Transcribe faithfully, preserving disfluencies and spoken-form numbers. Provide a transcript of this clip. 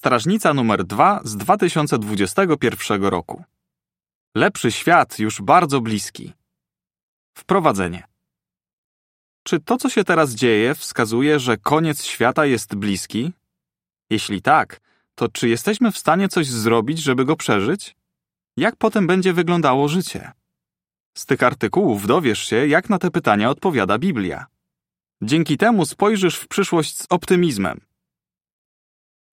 Strażnica numer dwa z dwa tysiące dwudziestego pierwszego roku. Lepszy świat już bardzo bliski. Wprowadzenie. Czy to, co się teraz dzieje, wskazuje, że koniec świata jest bliski? Jeśli tak, to czy jesteśmy w stanie coś zrobić, żeby go przeżyć? Jak potem będzie wyglądało życie? Z tych artykułów dowiesz się, jak na te pytania odpowiada Biblia. Dzięki temu spojrzysz w przyszłość z optymizmem.